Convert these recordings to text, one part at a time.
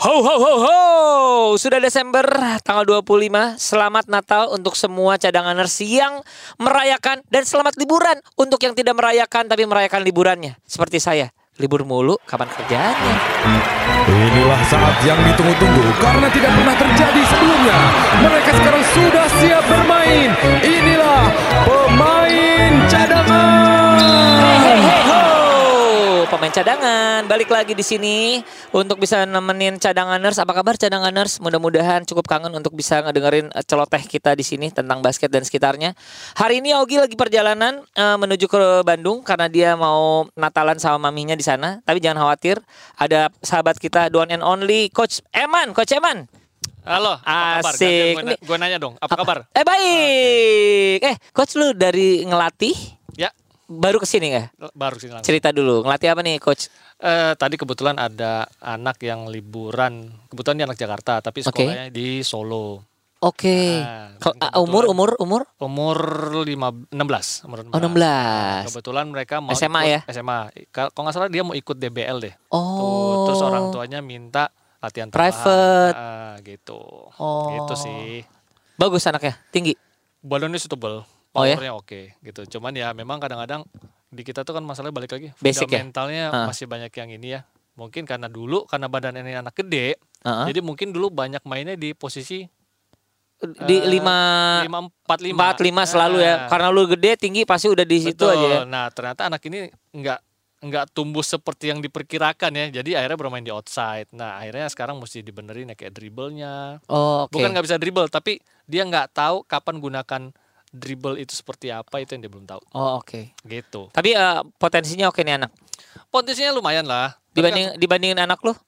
Ho ho ho ho, sudah Desember tanggal 25. Selamat Natal untuk semua cadanganers yang merayakan, dan selamat liburan untuk yang tidak merayakan tapi merayakan liburannya. Seperti saya, libur mulu, kapan kerjanya? Inilah saat yang ditunggu-tunggu karena tidak pernah terjadi sebelumnya. Mereka sekarang sudah siap bermain. Inilah pemain cadangan. Hey ho, pemain cadangan balik lagi di sini untuk bisa nemenin cadanganers. Apa kabar cadanganers? Mudah-mudahan cukup kangen untuk bisa ngedengerin celoteh kita di sini tentang basket dan sekitarnya. Hari ini Augie lagi perjalanan menuju ke Bandung karena dia mau Natalan sama maminya di sana. Tapi jangan khawatir, ada sahabat kita, the one and only Coach Eman. Coach Eman. Halo, apa kabar? Asik. Gue nanya dong, apa kabar? Baik. Coach, lu dari ngelatih Ya, baru kesini nggak? baru sih langsung. Cerita dulu, ngelatih apa nih Coach? Tadi kebetulan ada anak yang liburan. Kebetulan dia anak Jakarta, tapi sekolahnya di Solo. Oke. Umur? Umur 16. Umur 16. Oh, 16. Kebetulan mereka mau SMA ikut ya? SMA. Kalau nggak salah dia mau ikut DBL deh. Oh. Terus orang tuanya minta latihan Private. tambahan. Gitu. Oh. Gitu sih. Bagus anaknya, tinggi. Badannya suitable. Oh ya? Powernya oke gitu. Cuman ya memang kadang-kadang di kita tuh kan masalahnya balik lagi Basic ya? fundamentalnya masih banyak yang ini ya. Mungkin karena badan ini anak gede, jadi mungkin dulu banyak mainnya di posisi Di 5 4-5 selalu ya. Karena lu gede, tinggi pasti udah di situ aja ya. Nah, ternyata anak ini nggak tumbuh seperti yang diperkirakan ya. Jadi akhirnya bermain di outside. Nah, akhirnya sekarang mesti dibenerin ya kayak dribblenya. Oh, oke. Bukan nggak bisa dribble, tapi dia nggak tahu kapan gunakan dribble itu seperti apa, itu yang dia belum tahu. Oh, oke. Gitu. Tapi potensinya oke nih anak. Potensinya lumayan lah. Tapi Dibandingin anak lu?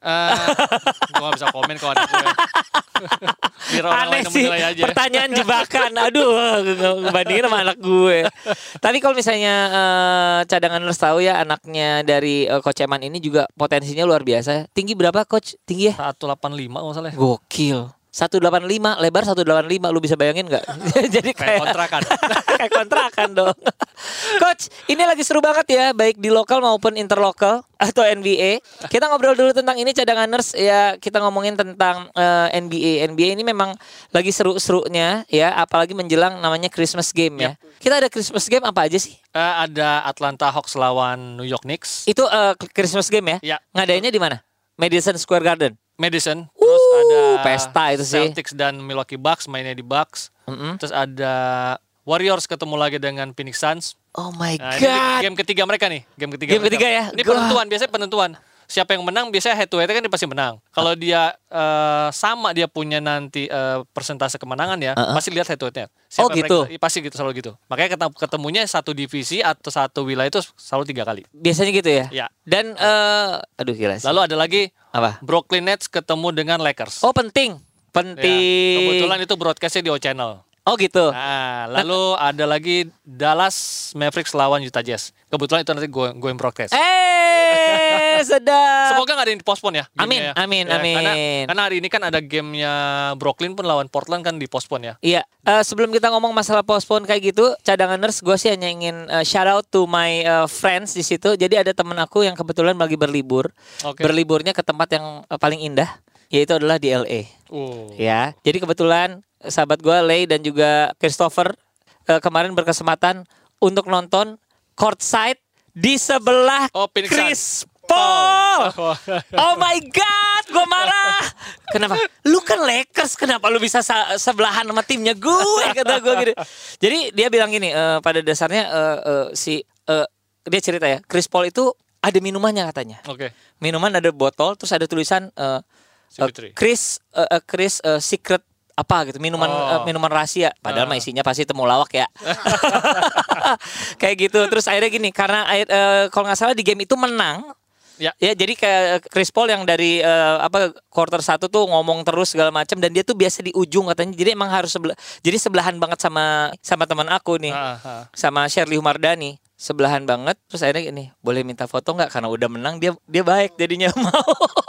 gue gak bisa komen kalau anak gue. Biar orang Aneh lain yang sih, menilai aja. pertanyaan jebakan. Aduh, ngebandingin sama anak gue. Tapi kalau misalnya cadanganers tahu ya, anaknya dari Coach Eman ini juga potensinya luar biasa. Tinggi berapa Coach? Tinggi ya? 185 kalau salah. Gokil. 185, lebar 185, lu bisa bayangin nggak? Jadi Kayak kontrakan. kayak kontrakan dong. Coach, ini lagi seru banget ya, baik di lokal maupun interlokal atau NBA. Kita ngobrol dulu tentang ini cadanganers ya, kita ngomongin tentang NBA. NBA ini memang lagi seru-serunya ya, apalagi menjelang namanya Christmas game ya. Kita ada Christmas game apa aja sih? Ada Atlanta Hawks lawan New York Knicks. Itu Christmas game ya? Ya. Ngadainnya di mana? Madison Square Garden. Madison. Terus ada pesta itu sih. Celtics dan Milwaukee Bucks mainnya di Bucks. Terus ada Warriors ketemu lagi dengan Phoenix Suns. Oh my Nah, god. ini game ketiga mereka nih. Game Game ketiga ya? Ini penentuan, biasanya penentuan. Siapa yang menang biasanya head to head kan dia pasti menang. Kalau dia sama dia punya nanti persentase kemenangan ya, pasti lihat head to headnya. Oh gitu? Pasti gitu, selalu gitu. Makanya ketemunya satu divisi atau satu wilayah itu selalu 3 kali. Biasanya gitu ya? Ya. Dan aduh gila sih. Lalu ada lagi Apa? Brooklyn Nets ketemu dengan Lakers. Oh penting. Ya, Penting. kebetulan itu broadcastnya di O Channel. Oh gitu. Nah, lalu ada lagi Dallas Mavericks lawan Utah Jazz. Kebetulan itu nanti gue yang broadcast. Sedap. Semoga gak ada yang dipospon ya. Amin, gamenya ya. amin, Ya, amin. Karena hari ini kan ada gamenya Brooklyn pun lawan Portland kan dipospon ya. Iya, sebelum kita ngomong masalah postpone kayak gitu, cadanganers, gue sih hanya ingin shout out to my friends di situ. Jadi ada temen aku yang kebetulan lagi berlibur, Oke. berliburnya ke tempat yang paling indah, yaitu adalah di LA. Ya, jadi kebetulan sahabat gue Lay dan juga Christopher kemarin berkesempatan untuk nonton courtside di sebelah Phoenix Chris Suns. Paul. Oh my god, gue marah. Kenapa? Lu kan Lakers, kenapa lu bisa sebelahan sama timnya gue? Kata gue gitu. Jadi dia bilang gini, pada dasarnya dia cerita ya, Chris Paul itu ada minumannya katanya. Oke. Minuman ada botol, terus ada tulisan Chris secret apa gitu, minuman rahasia, padahal mah isinya pasti temulawak ya. Kayak gitu. Terus akhirnya gini, karena kalau nggak salah di game itu menang. Ya. Ya, jadi kayak Chris Paul yang dari quarter 1 tuh ngomong terus segala macam, dan dia tuh biasa di ujung katanya. Jadi emang harus jadi sebelahan banget sama teman aku nih. Sama Shirley Humardani. Sebelahan banget. Terus akhirnya gini, boleh minta foto nggak? Karena udah menang dia baik jadinya mau.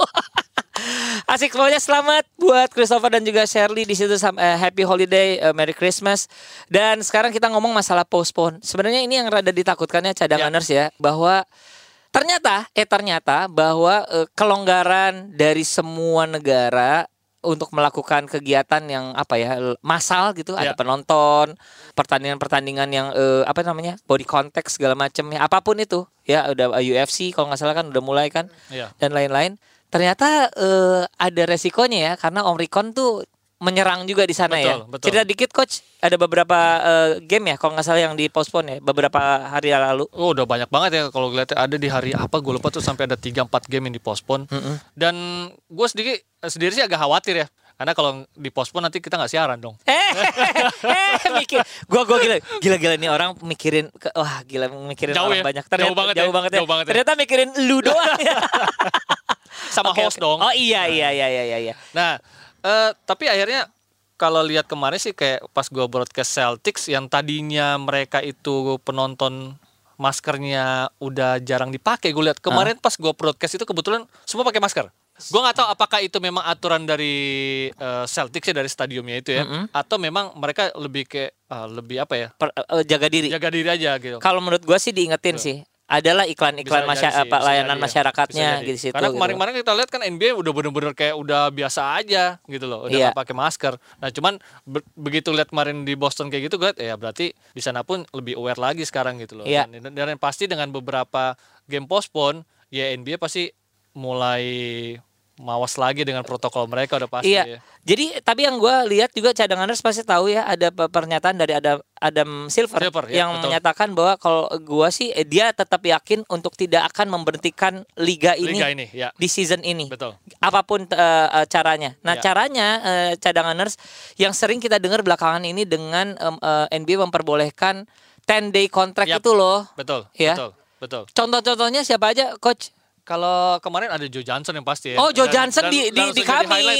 Asik, pokoknya selamat buat Christopher dan juga Shirley di situ. Happy holiday, Merry Christmas. Dan sekarang kita ngomong masalah postpone. Sebenarnya ini yang rada ditakutkannya cadanganers ya, bahwa Ternyata bahwa kelonggaran dari semua negara untuk melakukan kegiatan yang massal gitu, ada penonton, pertandingan-pertandingan yang body contact segala macam ya, apapun itu ya, udah UFC kalau nggak salah kan udah mulai kan, dan lain-lain. Ternyata ada resikonya ya, karena Omicron tuh menyerang juga di sana. Betul. Cerita dikit coach, ada beberapa game ya kalau nggak salah yang dipostpone ya beberapa hari lalu. Oh, udah banyak banget ya, kalau lihat ada di hari apa gue lupa tuh, sampai ada 3-4 game yang dipostpone. Dan gue sendiri sih agak khawatir ya, karena kalau dipostpone nanti kita nggak siaran dong. Mikir gila nih orang mikirin mikirin jauh orang ya? banyak. Ternyata jauh banget ya. Ternyata mikirin lu doang ya. Sama host dong. Oh iya. Nah, tapi akhirnya kalau lihat kemarin sih, kayak pas gue broadcast Celtics yang tadinya mereka itu penonton maskernya udah jarang dipakai, gue lihat kemarin pas gue broadcast itu kebetulan semua pakai masker. Gue nggak tahu apakah itu memang aturan dari Celtics ya, dari stadiumnya itu ya, atau memang mereka lebih lebih jaga diri aja gitu. Kalau menurut gue sih diingetin sih. Adalah iklan-iklan layanan masyarakatnya di situ. Karena kemarin-kemarin kita lihat kan NBA udah bener-bener kayak udah biasa aja gitu loh, udah nggak pakai masker. Nah cuman begitu lihat kemarin di Boston kayak gitu, gue ya berarti di sana pun lebih aware lagi sekarang gitu loh. Dan pasti dengan beberapa game postpone, ya NBA pasti mulai mawas lagi dengan protokol mereka udah pasti. Ya. Jadi tapi yang gue lihat juga cadanganers pasti tahu ya, ada pernyataan dari Adam Silver yang menyatakan bahwa kalau gue sih dia tetap yakin untuk tidak akan memberhentikan liga ini di season ini. Betul. Apapun caranya. Nah caranya cadanganers yang sering kita dengar belakangan ini dengan NBA memperbolehkan 10-day contract itu loh. Betul. Ya. Betul. Contoh-contohnya siapa aja coach? Kalau kemarin ada Joe Johnson yang pasti ya. Oh, Joe Johnson di kami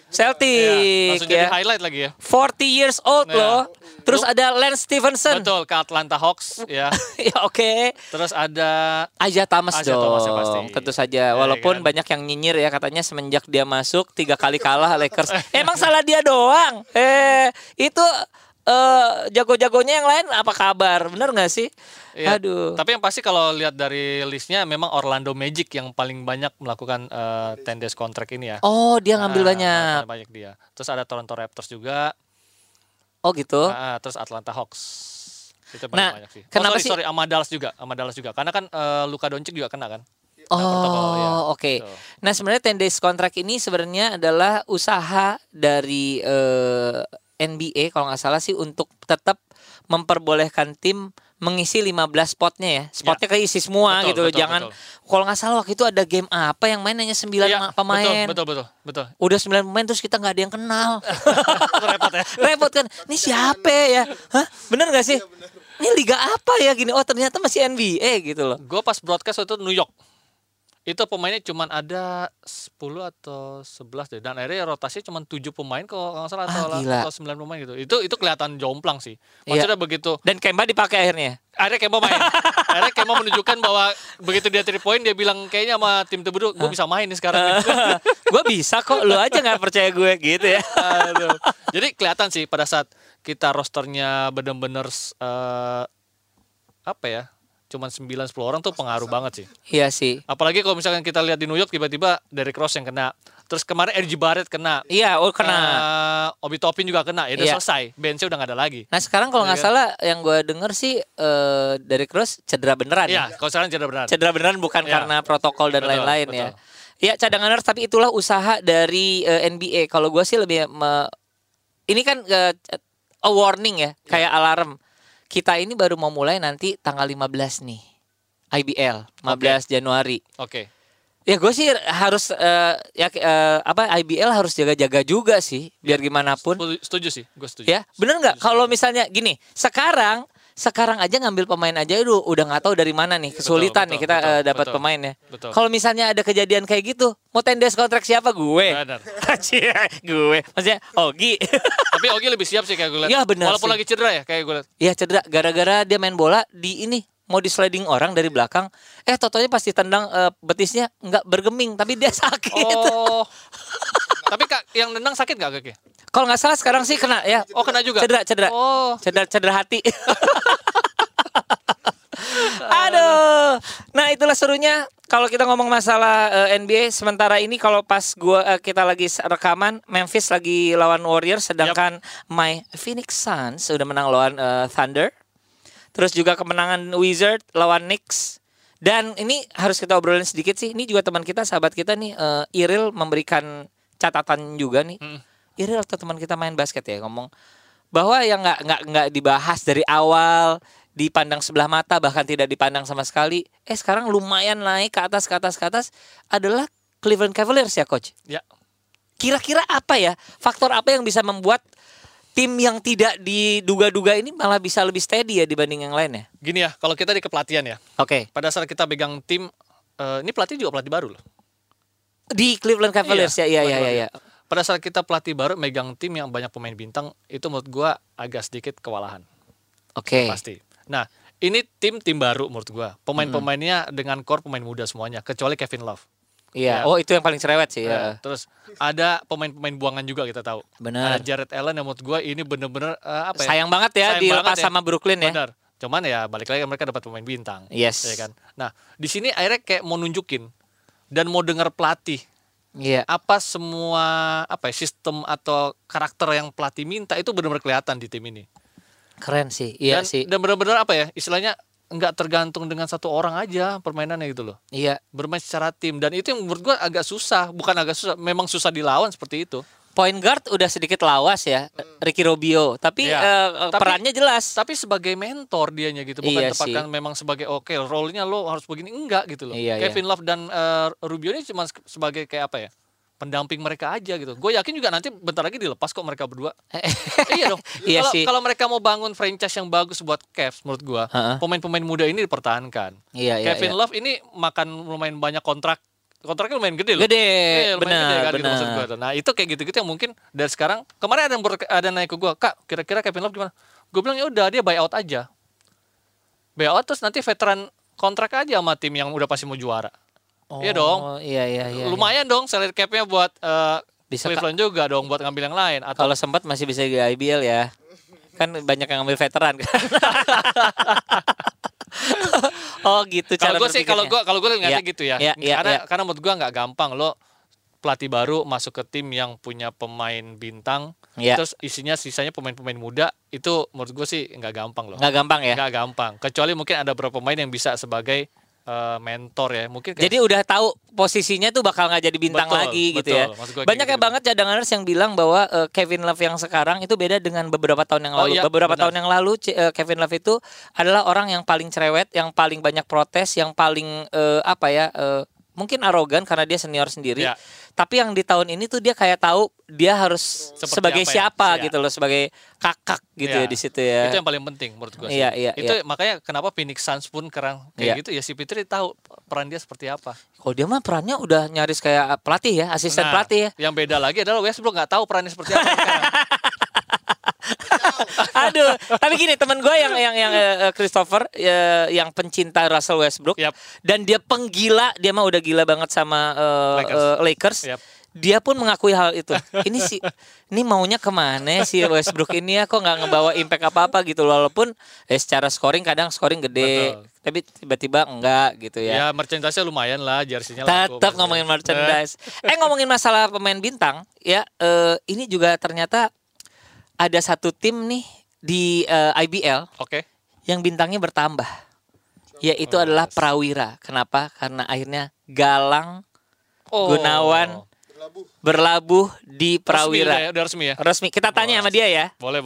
Celtic langsung jadi highlight lagi ya. 40 years old loh. Terus ada Lance Stephenson. Betul, ke Atlanta Hawks ya. Ya oke. Terus ada Isaiah Thomas dong. Pasti. Tentu saja. Walaupun banyak yang nyinyir ya, katanya semenjak dia masuk 3 kali kalah Lakers. Emang salah dia doang? Itu jago-jagonya yang lain apa kabar? Bener nggak sih? Ya, aduh. Tapi yang pasti kalau lihat dari listnya memang Orlando Magic yang paling banyak melakukan 10 days contract ini ya. Oh, dia ngambil banyak. Banyak dia. Terus ada Toronto Raptors juga. Oh gitu. Terus Atlanta Hawks. Itu paling banyak sih. Kenapa sih? Sama Dallas juga. Karena kan Luka Doncic juga kena kan. Oke. Nah, sebenarnya 10 days contract ini sebenarnya adalah usaha dari NBA kalau nggak salah sih untuk tetap memperbolehkan tim mengisi 15 spotnya ya. Spotnya keisi semua gitu loh. Jangan kalau nggak salah waktu itu ada game apa yang main hanya 9 pemain. Betul. Udah 9 pemain terus kita nggak ada yang kenal. Repot ya. Repot kan. Ini siapa ya? Hah? Bener nggak sih? Ini liga apa ya gini? Oh ternyata masih NBA gitu loh. Gue pas broadcast waktu itu New York. Itu pemainnya cuma ada 10 atau 11 deh. Dan akhirnya rotasinya cuma 7 pemain kalau nggak salah atau 9 pemain gitu. Itu kelihatan jomplang sih. Maksudnya begitu. Dan Kemba dipakai akhirnya. Akhirnya Kemba main. Akhirnya Kemba menunjukkan bahwa begitu dia 3 point dia bilang kayaknya sama tim Tebedu gue bisa main nih sekarang. Gue bisa kok, lu aja nggak percaya gue gitu ya. Jadi kelihatan sih pada saat kita rosternya benar-benar cuman 9-10 orang tuh pengaruh banget sih. Iya sih. Apalagi kalau misalkan kita lihat di New York tiba-tiba Derrick Rose yang kena. Terus kemarin RJ Barrett kena. Iya, kena. Obi Toppin juga kena. Ya udah selesai. Bench-nya udah gak ada lagi. Nah sekarang kalau nggak salah yang gue denger sih Derrick Rose cedera beneran. Iya, kalau sekarang cedera beneran. Cedera beneran bukan karena protokol dan lain-lain ya. Iya cadanganers, tapi itulah usaha dari NBA. Kalau gue sih lebih ini kan a warning ya, kayak alarm. Kita ini baru mau mulai nanti tanggal 15 nih. IBL 15 Januari. Oke. Ya gue sih harus IBL harus jaga-jaga juga sih biar gimana pun. Setuju sih, gue setuju. Ya, bener nggak? Kalau misalnya gini, sekarang aja ngambil pemain aja udah nggak tahu dari mana nih, kesulitan nih kita dapat pemainnya. Kalau misalnya ada kejadian kayak gitu, mau 10 days kontrak siapa? Gue. Benar. Gue. Maksudnya Ogi. Tapi Ogi lebih siap sih kayak gue lihat. Ya, benar. Walaupun lagi cedera ya kayak gue lihat. Iya, cedera gara-gara dia main bola di ini mau di sliding orang dari belakang, totonya pasti tendang betisnya nggak bergeming, tapi dia sakit. Oh. Tapi Kak, yang nendang sakit nggak kaki? Kalau nggak salah sekarang sih kena ya. Oh kena juga? Cedera. Oh. Cedera hati. Aduh. Nah, itulah serunya kalau kita ngomong masalah NBA sementara ini kalau pas kita lagi rekaman Memphis lagi lawan Warriors sedangkan my Phoenix Suns sudah menang lawan Thunder. Terus juga kemenangan Wizard lawan Knicks. Dan ini harus kita obrolin sedikit sih. Ini juga teman kita, sahabat kita nih Iril memberikan catatan juga nih. Iril atau teman kita main basket ya ngomong bahwa yang nggak dibahas dari awal, dipandang sebelah mata bahkan tidak dipandang sama sekali. Sekarang lumayan naik ke atas adalah Cleveland Cavaliers ya coach. Ya. Kira-kira apa ya faktor apa yang bisa membuat tim yang tidak diduga-duga ini malah bisa lebih steady ya dibanding yang lain ya? Gini ya, kalau kita di kepelatihan ya. Oke. Pada saat kita pegang tim, ini pelatih juga pelatih baru loh. Di Cleveland Cavaliers iya. Pada saat kita pelatih baru megang tim yang banyak pemain bintang, itu menurut gua agak sedikit kewalahan. Oke. Pasti. Nah, ini tim baru menurut gua. Pemain-pemainnya dengan core pemain muda semuanya, kecuali Kevin Love. Iya. Ya. Oh, itu yang paling cerewet sih ya. Terus ada pemain-pemain buangan juga kita tahu. Benar. Ada Jared Allen yang menurut gua ini bener-bener sayang banget ya dilepas sama Brooklyn ya. Benar. Cuman ya balik lagi mereka dapat pemain bintang. Yes. Ya kan. Nah, di sini akhirnya kayak mau nunjukin dan mau dengar pelatih. Iya. Apa semua sistem atau karakter yang pelatih minta itu benar-benar kelihatan di tim ini. Keren sih. Iya sih. Dan benar-benar istilahnya nggak tergantung dengan satu orang aja permainannya gitu loh. Iya. Bermain secara tim dan itu yang menurut gua agak susah, memang susah dilawan seperti itu. Point guard udah sedikit lawas ya, Ricky Rubio, tapi perannya jelas. Tapi sebagai mentor dianya gitu, bukan tempatkan memang sebagai role-nya lo harus begini, enggak gitu loh. Kevin Love dan Rubio ini cuma sebagai kayak pendamping mereka aja gitu. Gue yakin juga nanti bentar lagi dilepas kok mereka berdua. Iya dong. Kalau mereka mau bangun franchise yang bagus buat Cavs menurut gue, pemain-pemain muda ini dipertahankan. Kevin Love ini makan lumayan banyak kontraknya lumayan gede loh. Benar. Gitu maksud gue. Nah itu kayak gitu-gitu yang mungkin dari sekarang. Kemarin ada naik ke gue, Kak kira-kira Kevin Love gimana? Gue bilang ya udah dia buyout aja. Buyout terus nanti veteran kontrak aja sama tim yang udah pasti mau juara. Iya dong. Iya. Lumayan dong salary cap-nya buat bisa Cleveland juga dong buat ngambil yang lain. Kalau sempat masih bisa di IBL ya. Kan banyak yang ngambil veteran kan. Oh gitu cara berpikirnya. Kalau gue ngeliatnya gitu ya. Karena menurut gue nggak gampang lo pelatih baru masuk ke tim yang punya pemain bintang, terus sisanya pemain-pemain muda, itu menurut gue sih nggak gampang loh. Nggak gampang ya? Nggak gampang. Kecuali mungkin ada beberapa pemain yang bisa sebagai mentor ya mungkin. Jadi udah tahu posisinya tuh bakal nggak jadi bintang lagi gitu ya. Banyak banget cadanganers yang bilang bahwa Kevin Love yang sekarang itu beda dengan beberapa tahun yang lalu. Tahun yang lalu Kevin Love itu adalah orang yang paling cerewet, yang paling banyak protes, yang paling mungkin arogan karena dia senior sendiri. Tapi yang di tahun ini tuh dia kayak tahu dia harus sebagai siapa gitu loh, sebagai kakak gitu ya di situ ya. Itu yang paling penting menurut gue sih. Itu makanya kenapa Phoenix Suns pun kayak gitu ya, si Fitri tahu peran dia seperti apa. Kalau dia mah perannya udah nyaris kayak pelatih ya, asisten pelatih ya. Yang beda lagi adalah Westbrook nggak tahu perannya seperti apa sekarang. Aduh, tapi gini teman gue yang Christopher yang pencinta Russell Westbrook dan dia penggila, dia mah udah gila banget sama Lakers. Dia pun mengakui hal itu. Ini maunya kemana si Westbrook ini ya, kok nggak ngebawa impact apa-apa gitu, walaupun secara scoring kadang scoring gede. Betul. Tapi tiba-tiba enggak gitu ya. Ya merchandise-nya lumayan lah, jersey-nya laku. Tetap ngomongin merchandise. Ngomongin masalah pemain bintang ya, ini juga ternyata ada satu tim nih di IBL yang bintangnya bertambah, yaitu adalah Prawira. Kenapa? Karena akhirnya Galang Gunawan berlabuh di Prawira. Udah resmi ya? Resmi. Kita tanya sama dia ya. Boleh.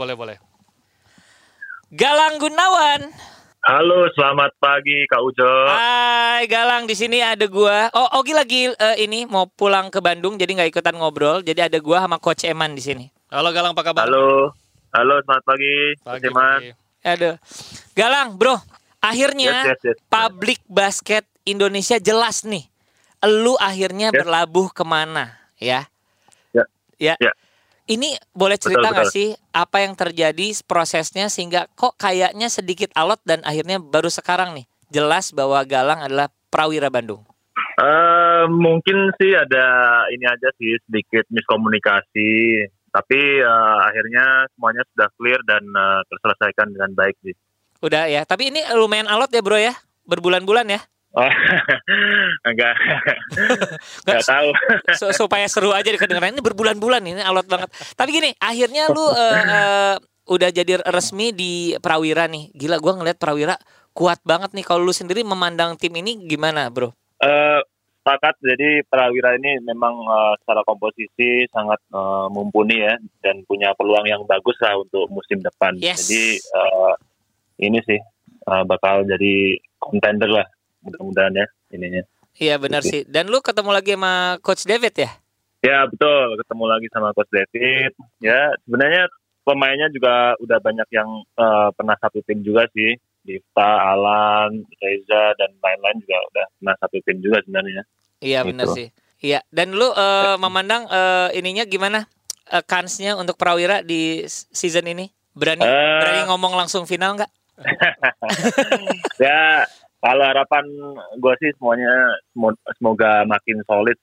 Galang Gunawan. Halo, selamat pagi Kak Ujo. Hai Galang, di sini ada gua. Ogi lagi ini mau pulang ke Bandung, jadi nggak ikutan ngobrol. Jadi ada gua sama Coach Eman di sini. Halo Galang, apa kabar? Halo, selamat pagi, Coach Eman. Aduh, Galang, bro, akhirnya yes. Public Basket Indonesia jelas nih. Lu akhirnya berlabuh kemana, ya? Ya. Ini boleh cerita nggak sih apa yang terjadi prosesnya sehingga kok kayaknya sedikit alot dan akhirnya baru sekarang nih jelas bahwa Galang adalah Prawira Bandung? Mungkin sih ada ini aja sih sedikit miskomunikasi, tapi akhirnya semuanya sudah clear dan terselesaikan dengan baik sih. Udah ya. Tapi ini lumayan alot ya bro ya. Berbulan-bulan ya. Oh, enggak tahu. Supaya seru aja kedengeran. Ini berbulan-bulan ini alot banget. Tapi gini, akhirnya lu udah jadi resmi di Prawira nih. Gila, gue ngeliat Prawira kuat banget nih. Kalau lu sendiri memandang tim ini gimana bro? Sepakat, jadi Prawira ini memang secara komposisi sangat mumpuni ya, dan punya peluang yang bagus lah untuk musim depan. Yes. Jadi ini sih bakal jadi contender lah, mudah-mudahan ya ininya. Iya benar sih. Dan lu ketemu lagi sama Coach David ya? Ya betul, ketemu lagi sama Coach David. Ya sebenarnya pemainnya juga udah banyak yang pernah satu tim juga sih. Difta, Alan, Reza, dan lain-lain juga udah pernah satu tim juga sebenarnya. Iya gitu. benar sih. Iya. Dan lu memandang ininya gimana? Kansnya untuk Prawira di season ini? Berani ngomong langsung final nggak? Ya kalau harapan gue sih semoga makin solid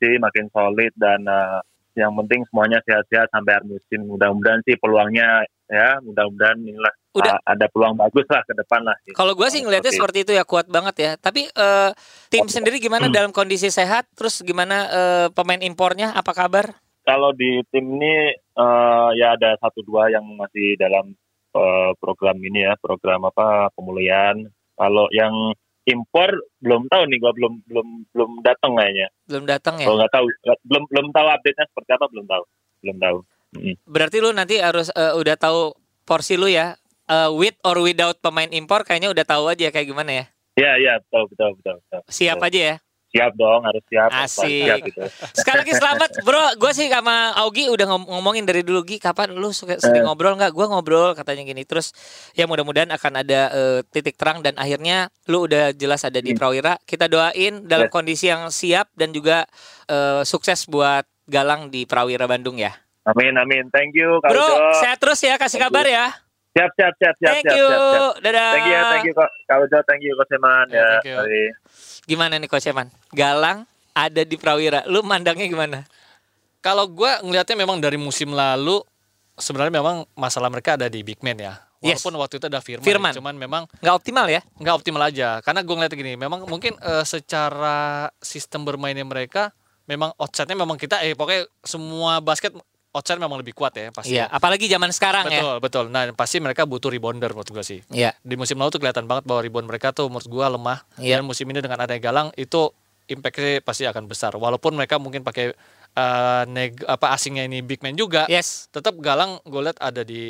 dan yang penting semuanya sehat-sehat sampai akhir musim. Mudah-mudahan sih peluangnya ya, mudah-mudahan inilah ada peluang bagus lah ke depan lah. Kalau gue sih ngelihatnya seperti itu ya, kuat banget ya. Tapi tim sendiri gimana dalam kondisi sehat? Terus gimana pemain impornya? Apa kabar? Kalau di tim ini ya ada 1-2 yang masih dalam program ini ya, program pemulihan. Kalau yang impor belum tahu nih, gua belum datang kayaknya. Belum datang ya? Gua nggak tahu, belum tahu update-nya seperti apa, belum tahu. Berarti lu nanti harus udah tahu porsi lu ya, with or without pemain impor kayaknya udah tahu aja kayak gimana ya? Iya, betul. Siap aja ya? Siap dong, harus siap. Asik. Siap, gitu. Sekali lagi selamat bro. Gue sih sama Augie udah ngomongin dari dulu, Gi, kapan lu sering ngobrol nggak? Gue ngobrol katanya gini. Terus ya mudah-mudahan akan ada titik terang dan akhirnya lu udah jelas ada di Prawira. Kita doain dalam kondisi yang siap dan juga sukses buat Galang di Prawira Bandung ya. Amin. Thank you Kak Bro, Ujo. sehat terus ya, kasih kabar ya. Siap. Thank you. Dadah. Thank you Kak Ujo, thank you Coach Eman ya. Gimana nih Coach Eman? Galang ada di Prawira. Lu mandangnya gimana? Kalau gue ngelihatnya memang dari musim lalu sebenarnya memang masalah mereka ada di big man ya. Walaupun waktu itu ada Firman. Cuman memang nggak optimal ya? Nggak optimal aja. Karena gue ngeliatnya gini, memang mungkin secara sistem bermainnya mereka memang outside-nya memang kita pokoknya semua basket outside memang lebih kuat ya pasti. Iya, apalagi zaman sekarang ya. Betul. Nah, pasti mereka butuh rebounder menurut gue sih. Iya. Di musim lalu tuh kelihatan banget bahwa rebound mereka tuh menurut gue lemah. Iya. Dan musim ini dengan adanya Galang itu impact-nya pasti akan besar. Walaupun mereka mungkin pakai asingnya ini big man juga. Yes. Tetap Galang gue lihat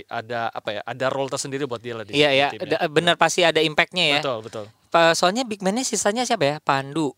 ada role tersendiri buat dia lah di Iya. Benar, pasti ada impact-nya ya. Betul. Soalnya big man-nya sisanya siapa ya? Pandu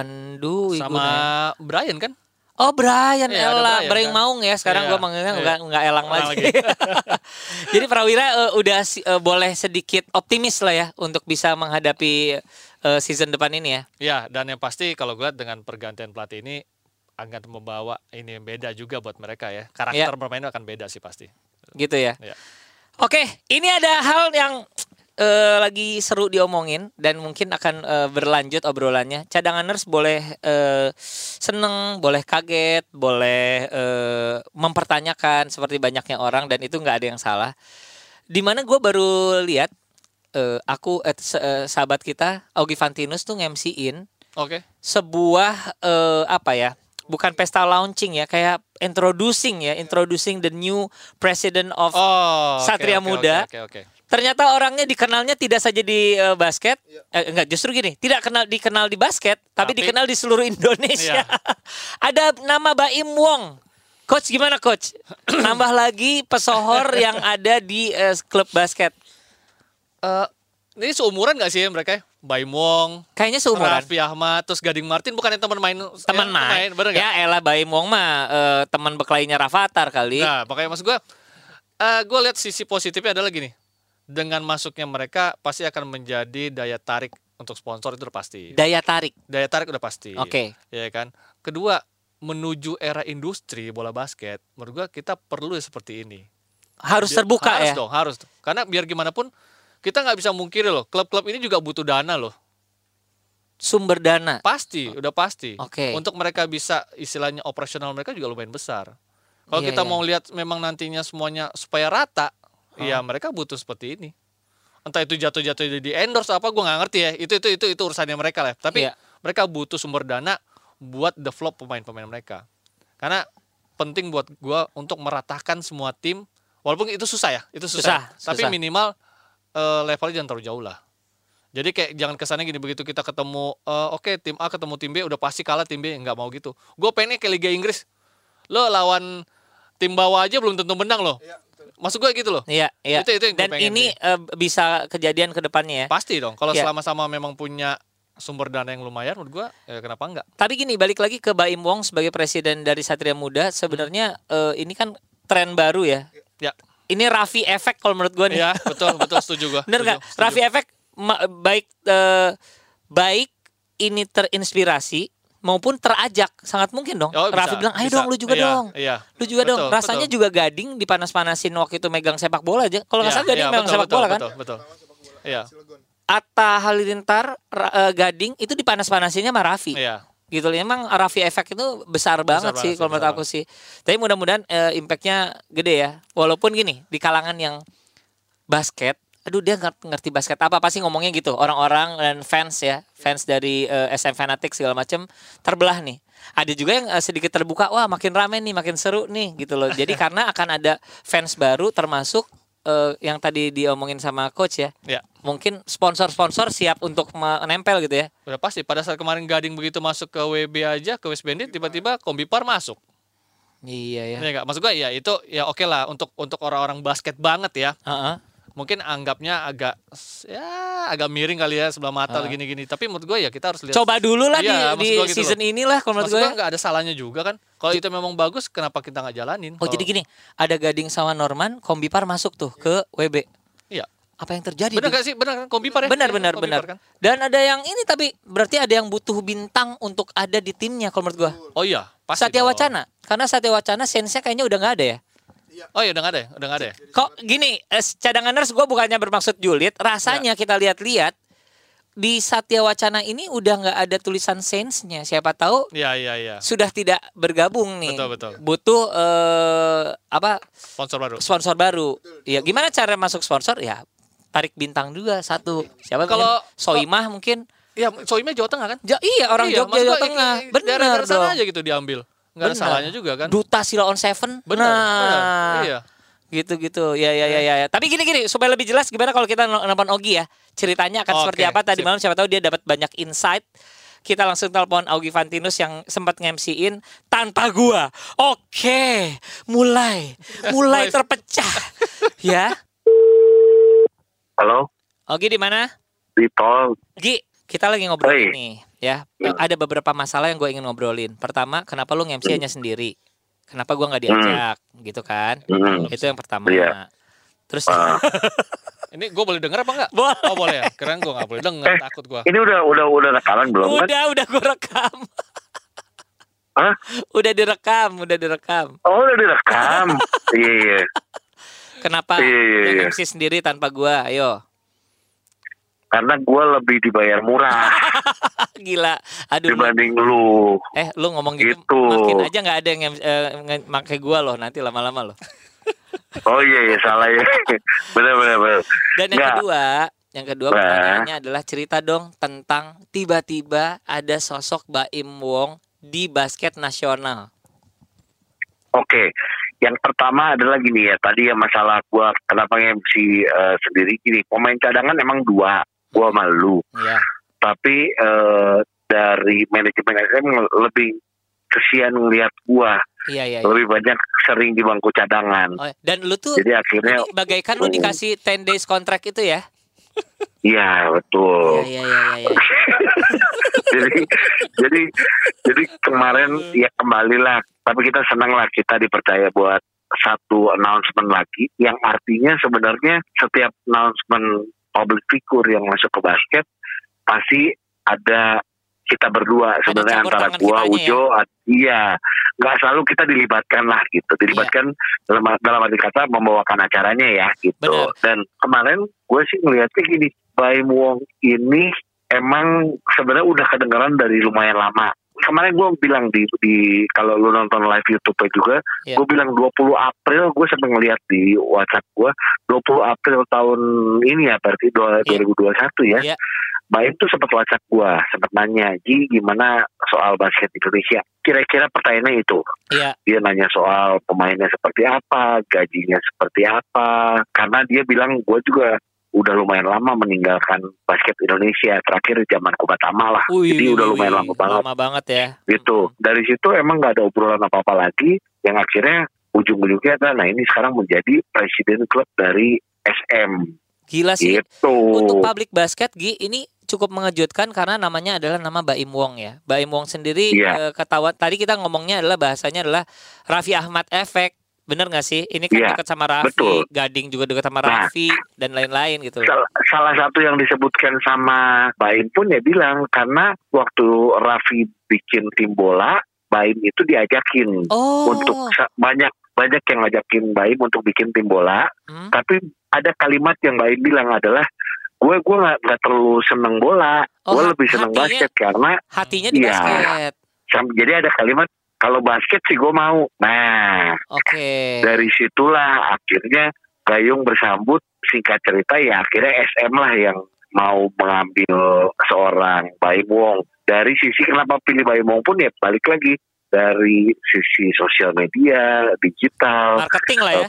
sama Brian kan? Oh Brian, ya, Brian kan? Maung ya. Sekarang gue manggilnya nggak Elang lagi. Jadi Prawira udah boleh sedikit optimis lah ya untuk bisa menghadapi season depan ini ya. Ya, dan yang pasti kalau gue lihat dengan pergantian pelatih ini akan membawa ini yang beda juga buat mereka ya. Karakter bermainnya akan beda sih pasti. Gitu ya. Ya. Oke, ini ada hal yang lagi seru diomongin dan mungkin akan berlanjut obrolannya. Cadanganers boleh seneng, boleh kaget, boleh mempertanyakan seperti banyaknya orang dan itu nggak ada yang salah. Dimana gue baru lihat sahabat kita Augie Fantinus tuh nge-MC-in sebuah bukan pesta launching ya, kayak introducing the new president of Satria Muda. Ternyata orangnya dikenalnya tidak saja di basket, justru gini, tidak dikenal di basket, tapi dikenal di seluruh Indonesia. Ada nama Baim Wong. Coach gimana Coach? Nambah lagi pesohor yang ada di klub basket. Ini seumuran gak sih mereka? Baim Wong, kayaknya seumuran. Raffi Ahmad, terus Gading Martin bukan yang teman main? Bener gak? Ya elah, Baim Wong mah teman bekelainya Rafathar kali. Nah, makanya maksud gue lihat sisi positifnya adalah gini. Dengan masuknya mereka pasti akan menjadi daya tarik untuk sponsor, itu udah pasti. Daya tarik udah pasti. Oke. Ya kan. Kedua, menuju era industri bola basket, menurut gua kita perlu seperti ini. Harus terbuka ya. Harus. Karena biar gimana pun kita nggak bisa mungkiri loh. Klub-klub ini juga butuh dana loh. Sumber dana. Udah pasti. Oke. Untuk mereka bisa istilahnya operasional mereka juga lumayan besar. Kalau kita mau lihat memang nantinya semuanya supaya rata. Iya, mereka butuh seperti ini. entah itu jatuh di endorse apa, gue nggak ngerti ya. Itu urusannya mereka lah. Tapi mereka butuh sumber dana buat develop pemain-pemain mereka. Karena penting buat gue untuk meratakan semua tim. Walaupun itu susah ya, Tapi minimal levelnya jangan terlalu jauh lah. Jadi kayak jangan kesannya gini, begitu kita ketemu tim A ketemu tim B udah pasti kalah tim B, nggak mau gitu. Gue pengennya kayak Liga Inggris, lo lawan tim bawah aja belum tentu menang lo. Maksud gue gitu loh. Iya. Itu yang dan ini bisa kejadian ke depannya ya. Pasti dong. Kalau sama-sama memang punya sumber dana yang lumayan, menurut gue kenapa enggak. Tapi gini, balik lagi ke Baim Wong sebagai presiden dari Satria Muda, sebenarnya ini kan tren baru ya. Ya. Ini Raffi Effect kalau menurut gue nih. Iya, betul setuju gue. Bener nggak? Raffi Effect baik ini terinspirasi maupun terajak, sangat mungkin dong. Raffi bilang, ayo dong lu juga dong. Iya. Lu juga dong. Rasanya juga Gading dipanas-panasin waktu itu megang sepak bola aja. Kalau nggak salah Gading megang sepak bola kan? Betul. Iya. Atta Halilintar, Gading itu dipanas-panasinnya sama Raffi. Iya. Gitu loh. Emang Raffi Effect itu besar banget sih kalau menurut aku sih. Tapi mudah-mudahan impact-nya gede ya. Walaupun gini, di kalangan yang basket, aduh dia ngerti basket apa pasti ngomongnya gitu. Orang-orang dan fans dari SM Fanatics segala macam terbelah nih. Ada juga yang sedikit terbuka, wah makin rame nih, makin seru nih gitu loh. Jadi karena akan ada fans baru termasuk yang tadi diomongin sama coach ya. Mungkin sponsor-sponsor siap untuk menempel gitu ya. Udah pasti pada saat kemarin Gading begitu masuk ke WB aja, ke West Bandit, tiba-tiba Kombipar masuk. Iya ya. Enggak, maksud gue ya itu ya oke lah untuk orang-orang basket banget ya. Mungkin anggapnya agak miring kali ya sebelah mata gini-gini. Tapi menurut gue ya kita harus lihat. Coba dulu lah di gitu season inilah kalau menurut gue. Maksud gue nggak ada salahnya juga kan. Kalau itu memang bagus, kenapa kita nggak jalanin? Jadi gini, ada Gading sama Norman, Kombipar masuk tuh ke WB. Iya. Apa yang terjadi? Benar nggak sih? Benar kan Kombipar ya? Benar. Kan? Dan ada yang ini tapi berarti ada yang butuh bintang untuk ada di timnya kalau menurut gue. Oh iya. Pasti Satya Wacana. Karena Satya Wacana sense-nya kayaknya udah nggak ada ya. Oh iya udah nggak ada ya. Kok gini, cadanganers gue bukannya bermaksud julid, rasanya kita lihat-lihat di Satya Wacana ini udah nggak ada tulisan sense-nya. Siapa tahu sudah tidak bergabung nih. Betul. Butuh sponsor baru. Iya, gimana cara masuk sponsor? Ya tarik bintang juga satu. Siapa kalau Soimah mungkin? Iya, Soimah Jawa Tengah kan? Iya, orang Jogja Jawa Tengah. Benar dong. Sana aja gitu diambil. Nggak ada salahnya juga kan. Duta Sila on Seven. Benar. Iya. Gitu. Ya. Tapi gini supaya lebih jelas gimana kalau kita nonton Ogi ya. Ceritanya akan seperti apa tadi malam, siapa tahu dia dapat banyak insight. Kita langsung telepon Augie Fantinus yang sempat nge-MC-in tanpa gua. Oke, mulai terpecah. Ya. Halo. Ogi di mana? Di tol. Gi, kita lagi ngobrol nih. Ya, ada beberapa masalah yang gue ingin ngobrolin. Pertama, kenapa lu nge-MC hanya sendiri? Kenapa gue nggak diajak, gitu kan? Itu yang pertama. Terus, ini gue boleh denger apa nggak? Boleh. Oh boleh ya. Keren gue nggak boleh denger, takut gue. Ini udah rekaman belum? Udah gue rekam. Hah? Udah direkam. Oh udah direkam. Iya. Kenapa lu nge-MC sendiri tanpa gue? Ayo. Karena gue lebih dibayar murah. Gila, aduh. Dibanding lu. Lu ngomong gitu. Makin aja nggak ada yang pakai gue loh nanti lama-lama loh. Oh iya salah ya. Benar. Dan yang kedua pertanyaannya adalah cerita dong tentang tiba-tiba ada sosok Baim Wong di basket nasional. Oke. Yang pertama adalah gini ya, tadi ya masalah gue kenapa MC sendiri gini. Pemain cadangan emang 2. Gua malu. Iya. Tapi dari manajemen SM lebih kesian ngelihat gua. Iya. Lebih banyak sering di bangku cadangan. Oh, dan lu tuh jadi akhirnya bagaikan lu dikasih 10 days kontrak itu ya? Iya, betul. Iya. jadi kemarin ya kembalilah. Tapi kita senang lah kita dipercaya buat satu announcement lagi yang artinya sebenarnya setiap announcement public figure yang masuk ke basket pasti ada kita berdua sebenarnya antara gua Ujo iya nggak selalu kita dilibatkan lah gitu dalam arti kata membawakan acaranya ya gitu. Bener. Dan kemarin gue sih ngeliatnya gini, Baim Wong ini emang sebenarnya udah kedengeran dari lumayan lama kemarin gue bilang di kalau lu nonton live YouTube juga, gue bilang 20 April gue sempat ngeliat di WhatsApp gue 20 April tahun ini ya, berarti 2021 ya. Baim tuh sempat WhatsApp gue, sempat nanya, Ji gimana soal basket Indonesia? Kira-kira pertanyaannya itu. Dia nanya soal pemainnya seperti apa, gajinya seperti apa. Karena dia bilang gue juga udah lumayan lama meninggalkan basket Indonesia, terakhir zaman Kubatama lah. Jadi udah lumayan lama banget. Lama banget ya. Gitu. Dari situ emang nggak ada obrolan apa-apa lagi. Yang akhirnya ujung-ujungnya adalah, nah ini sekarang menjadi presiden klub dari SM. Gila sih. Gitu. Untuk public basket, Gi, ini cukup mengejutkan karena namanya adalah nama Baim Wong ya. Baim Wong sendiri ketahuan tadi kita ngomongnya adalah bahasanya adalah Raffi Ahmad Effect. Bener gak sih? Ini kan dekat sama Raffi, betul. Gading juga dekat sama Raffi dan lain-lain gitu. Salah satu yang disebutkan sama Baim pun ya bilang karena waktu Raffi bikin tim bola, Baim itu diajakin untuk banyak yang ngajakin Baim untuk bikin tim bola. Tapi ada kalimat yang Baim bilang adalah gue nggak terlalu seneng bola, gue lebih seneng basket karena hatinya di basket. Jadi ada kalimat kalau basket sih gue mau. Nah, dari situlah akhirnya Gayung bersambut. Singkat cerita ya akhirnya SM lah yang mau mengambil seorang Baim Wong. Dari sisi kenapa pilih Baim Wong pun ya balik lagi dari sisi sosial media, digital, marketing lah ya.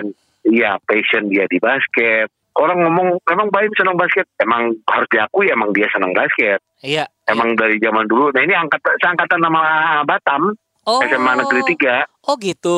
Passion dia di basket. Orang ngomong emang Baim senang basket, emang harus diakui emang dia senang basket. Iya. Emang dari zaman dulu. Nah ini seangkatan nama Batam, SMA Negeri 3. Oh gitu.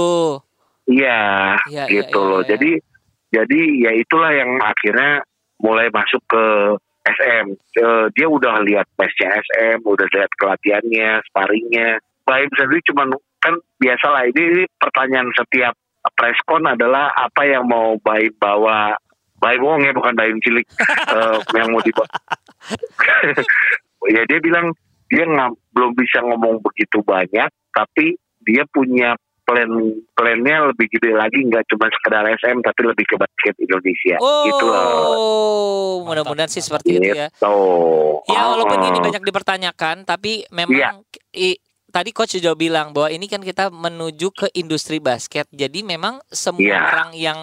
Iya, gitu loh. Jadi ya itulah yang akhirnya mulai masuk ke SM. Dia udah lihat matchnya SM, udah lihat kelatihannya, sparringnya. Baim sendiri cuman kan biasalah ini pertanyaan setiap preskon adalah apa yang mau Baim bawa. Baim Wong ya, bukan Baim cilik yang mau dibawa. Ya dia bilang dia belum bisa ngomong begitu banyak, tapi dia punya plannya lebih gede lagi, nggak cuma sekedar SM tapi lebih ke basket Indonesia. Gitu loh. Mudah-mudahan sih seperti itu ya. Ya walaupun ini banyak dipertanyakan, tapi memang tadi coach juga bilang bahwa ini kan kita menuju ke industri basket. Jadi memang semua orang yang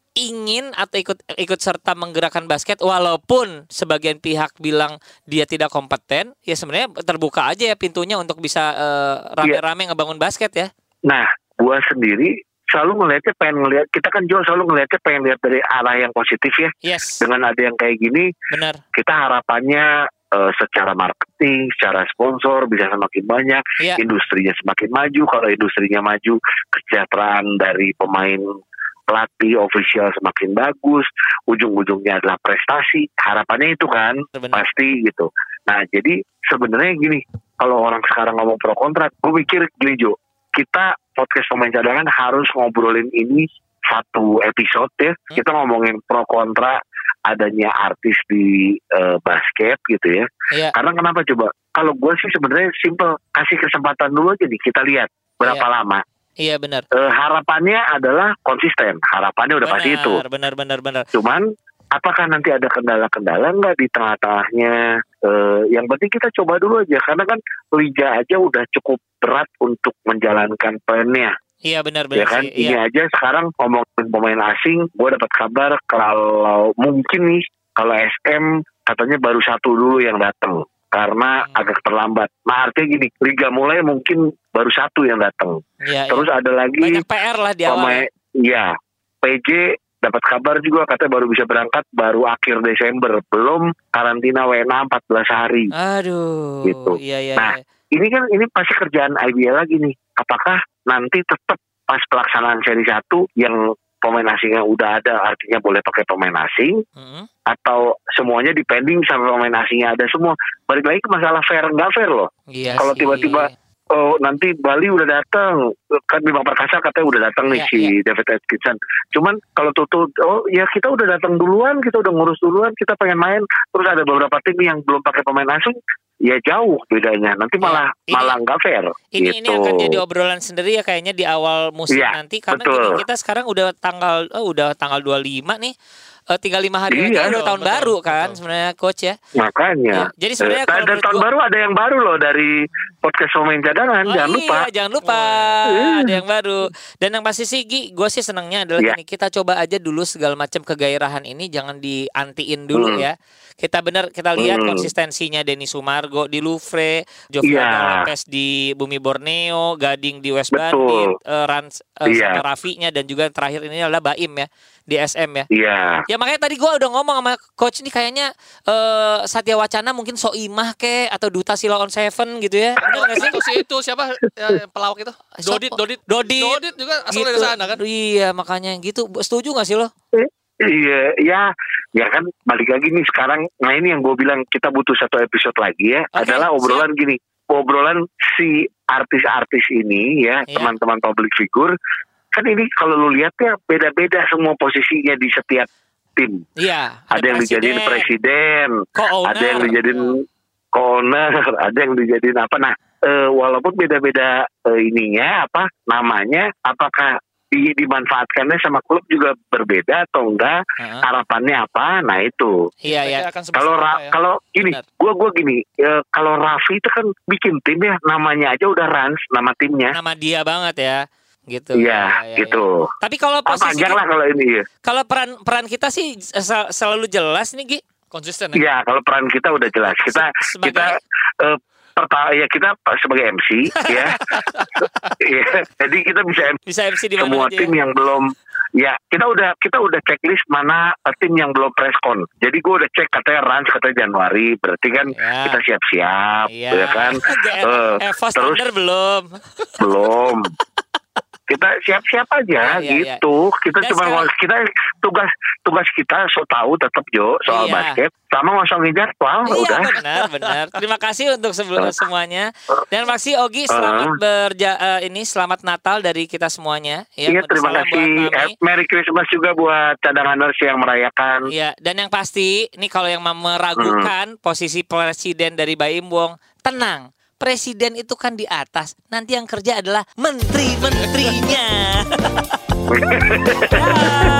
ingin atau ikut serta menggerakkan basket, walaupun sebagian pihak bilang dia tidak kompeten, ya sebenarnya terbuka aja ya pintunya untuk bisa rame-rame ngebangun basket ya. Nah, gua sendiri selalu ngelihatnya kita kan juga selalu ngelihatnya pengen lihat dari arah yang positif ya. Yes. Dengan ada yang kayak gini, benar. Kita harapannya secara marketing, secara sponsor bisa semakin banyak, industrinya semakin maju. Kalau industrinya maju, kesejahteraan dari pemain, pelatih, official semakin bagus, ujung-ujungnya adalah prestasi. Harapannya itu kan, pasti gitu. Nah, jadi sebenarnya gini, kalau orang sekarang ngomong pro kontra, gue mikir gini Jo, kita podcast pemain cadangan harus ngobrolin ini satu episode ya. Kita ngomongin pro kontra adanya artis di basket gitu ya. Karena kenapa coba? Kalau gue sih sebenarnya simple, kasih kesempatan dulu aja nih, kita lihat berapa lama. Iya benar. Harapannya adalah konsisten. Harapannya udah pasti itu. Benar. Cuman apakah nanti ada kendala-kendala nggak di tengah-tengahnya? Yang penting kita coba dulu aja. Karena kan liga aja udah cukup berat untuk menjalankan plannya. Iya benar ya kan? sih. Ini aja sekarang ngomongin pemain asing, gue dapat kabar kalau mungkin nih kalau SM katanya baru satu dulu yang datang. Karena agak terlambat. Nah artinya gini, liga mulai mungkin baru satu yang datang. Terus ada lagi banyak PR lah di awal. Iya, PJ dapat kabar juga katanya baru bisa berangkat baru akhir Desember, belum karantina WNA 14 hari. Aduh. Gitu. Nah, ini pasti kerjaan IBL lagi nih. Apakah nanti tetap pas pelaksanaan seri 1 yang pemain asingnya udah ada, artinya boleh pakai pemain asing, atau semuanya depending sama pemain asingnya ada semua. Balik lagi ke masalah fair nggak fair loh. Kalau tiba-tiba nanti Bali udah datang, kan Bima Perkasa katanya udah datang nih si David Atkinson. Cuman kalau ya kita udah datang duluan, kita udah ngurus duluan, kita pengen main, terus ada beberapa tim yang belum pakai pemain asing, ya jauh bedanya. Nanti malah nggak fair. Ini akan jadi obrolan sendiri ya kayaknya di awal musim nanti, karena kita sekarang udah tanggal 25 nih. Tinggal 5 hari lagi udah tahun baru kan sebenarnya coach ya. Makanya. Jadi sebenarnya dan tahun baru ada yang baru loh dari podcast pemain cadangan. Jangan lupa. Ada yang baru. Dan yang pasti sih gue sih senangnya adalah ini, kita coba aja dulu segala macam kegairahan ini, jangan diantiin dulu ya. Kita lihat konsistensinya Denny Sumargo di Louvre, Jovran Lopez di Bumi Borneo, Gading di West Bandit, Rans sama Rafinya, dan juga yang terakhir ini adalah Baim ya di SM ya. Ya makanya tadi gue udah ngomong sama coach ini, kayaknya Satya Wacana mungkin Soimah atau Duta Sila on Seven gitu ya. Bener gak sih? Itu siapa pelawak itu? Dodit juga asal dari sana kan? Iya makanya gitu. Setuju gak sih lo? Iya, ya kan balik lagi nih sekarang. Nah ini yang gue bilang kita butuh satu episode lagi ya. Adalah obrolan gini, obrolan si artis-artis ini ya, teman-teman public figure. Kan ini kalau lu lihat ya beda-beda semua posisinya di setiap tim. Iya. Ada yang dijadiin presiden, ada yang dijadiin co-owner, ada yang dijadiin apa. Nah, walaupun beda-beda namanya, apakah dimanfaatkannya sama klub juga berbeda atau enggak, harapannya apa, nah itu. Iya. Kalau gini, gue gini, kalau Raffi itu kan bikin tim ya, namanya aja udah Rans, nama timnya. Nama dia banget ya, gitu. Iya, gitu. Tapi kalau posisi panjang lah kalau ini ya. Kalau peran kita sih selalu jelas nih, Gi. Konsisten ya. Iya, kalau peran kita udah jelas. Kita kita sebagai MC ya. Jadi kita bisa MC di semua tim yang belum kita udah checklist mana tim yang belum preskon. Jadi gue udah cek katanya Rans katanya Januari, berarti kan kita siap-siap ya kan. Terus belum. Kita siap-siap aja gitu. Kita cuma kita tugas kita tahu tetap soal basket sama ngosongin jadwal udah. Benar. Terima kasih untuk semuanya. Dan makasih Ogi, selamat selamat Natal dari kita semuanya ya. Iya, terima kasih. Merry Christmas juga buat cadanganers yang merayakan. Iya, dan yang pasti ini kalau yang meragukan posisi presiden dari Baim Wong, tenang. Presiden itu kan di atas, nanti yang kerja adalah menteri-menterinya.